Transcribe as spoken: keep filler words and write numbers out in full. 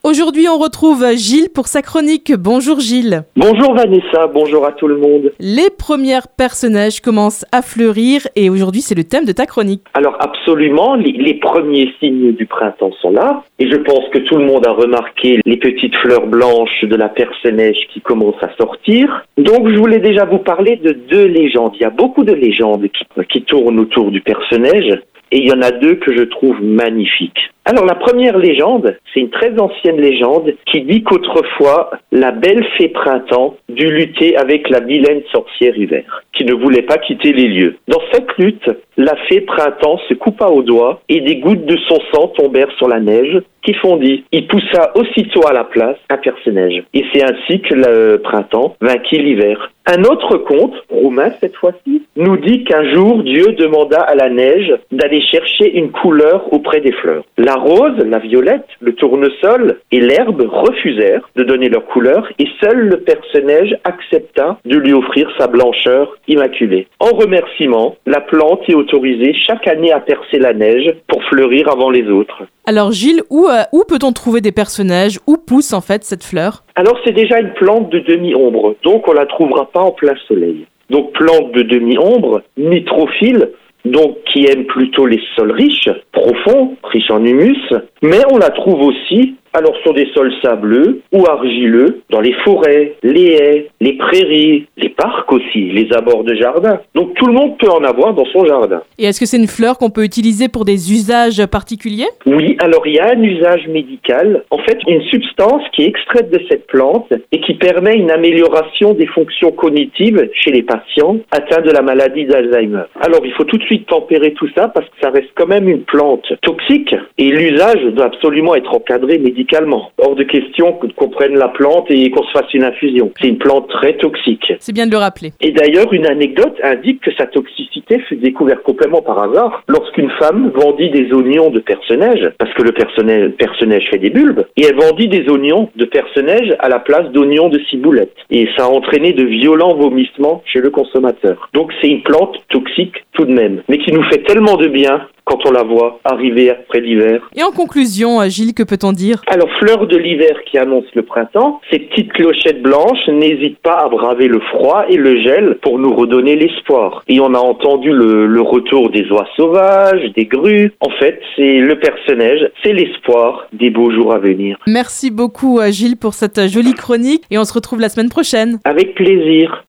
Aujourd'hui, on retrouve Gilles pour sa chronique. Bonjour Gilles. Bonjour Vanessa, bonjour à tout le monde. Les premiers personnages commencent à fleurir et aujourd'hui, c'est le thème de ta chronique. Alors absolument, les, les premiers signes du printemps sont là. Et je pense que tout le monde a remarqué les petites fleurs blanches de la perce-neige qui commencent à sortir. Donc je voulais déjà vous parler de deux légendes. Il y a beaucoup de légendes qui, qui tournent autour du perce-neige. Et il y en a deux que je trouve magnifiques. Alors la première légende, c'est une très ancienne légende qui dit qu'autrefois, la belle fée printemps dut lutter avec la vilaine sorcière hiver, qui ne voulait pas quitter les lieux. Dans cette lutte, la fée printemps se coupa au doigt et des gouttes de son sang tombèrent sur la neige qui fondit. Il poussa aussitôt à la place un perce-neige. Et c'est ainsi que le printemps vainquit l'hiver. Un autre conte, roumain cette fois-ci, nous dit qu'un jour, Dieu demanda à la neige d'aller chercher une couleur auprès des fleurs. La rose, la violette, le tournesol et l'herbe refusèrent de donner leur couleur et seul le perce-neige accepta de lui offrir sa blancheur immaculée. En remerciement, la plante est autorisée chaque année à percer la neige pour fleurir avant les autres. Alors Gilles, où, euh, où peut-on trouver des personnages? Où pousse en fait cette fleur? Alors c'est déjà une plante de demi-ombre, donc on la trouvera pas en plein soleil. Donc plante de demi-ombre, nitrophile, donc qui aime plutôt les sols riches, profonds, riches en humus, mais on la trouve aussi alors sur des sols sableux ou argileux, dans les forêts, les haies, les prairies, les parcs aussi, les abords de jardin. Donc tout le monde peut en avoir dans son jardin. Et est-ce que c'est une fleur qu'on peut utiliser pour des usages particuliers? Oui, alors il y a un usage médical. En fait, une substance qui est extraite de cette plante et qui permet une amélioration des fonctions cognitives chez les patients atteints de la maladie d'Alzheimer. Alors il faut tout de suite tempérer tout ça parce que ça reste quand même une plante toxique et l'usage doit absolument être encadré médicalement. Hors de question qu'on prenne la plante et qu'on se fasse une infusion. C'est une plante très toxique. C'est bien de le rappeler. Et d'ailleurs, une anecdote indique que sa toxicité fut découverte complètement par hasard lorsqu'une femme vendit des oignons de perce-neige, parce que le perce-neige, perce-neige fait des bulbes, et elle vendit des oignons de perce-neige à la place d'oignons de ciboulette. Et ça a entraîné de violents vomissements chez le consommateur. Donc c'est une plante toxique tout de même, mais qui nous fait tellement de bien quand on la voit arriver après l'hiver. Et en conclusion, Gilles, que peut-on dire? Alors, fleur de l'hiver qui annonce le printemps, ces petites clochettes blanches n'hésitent pas à braver le froid et le gel pour nous redonner l'espoir. Et on a entendu le, le retour des oies sauvages, des grues. En fait, c'est le perce-neige, c'est l'espoir des beaux jours à venir. Merci beaucoup, Gilles, pour cette jolie chronique et on se retrouve la semaine prochaine. Avec plaisir.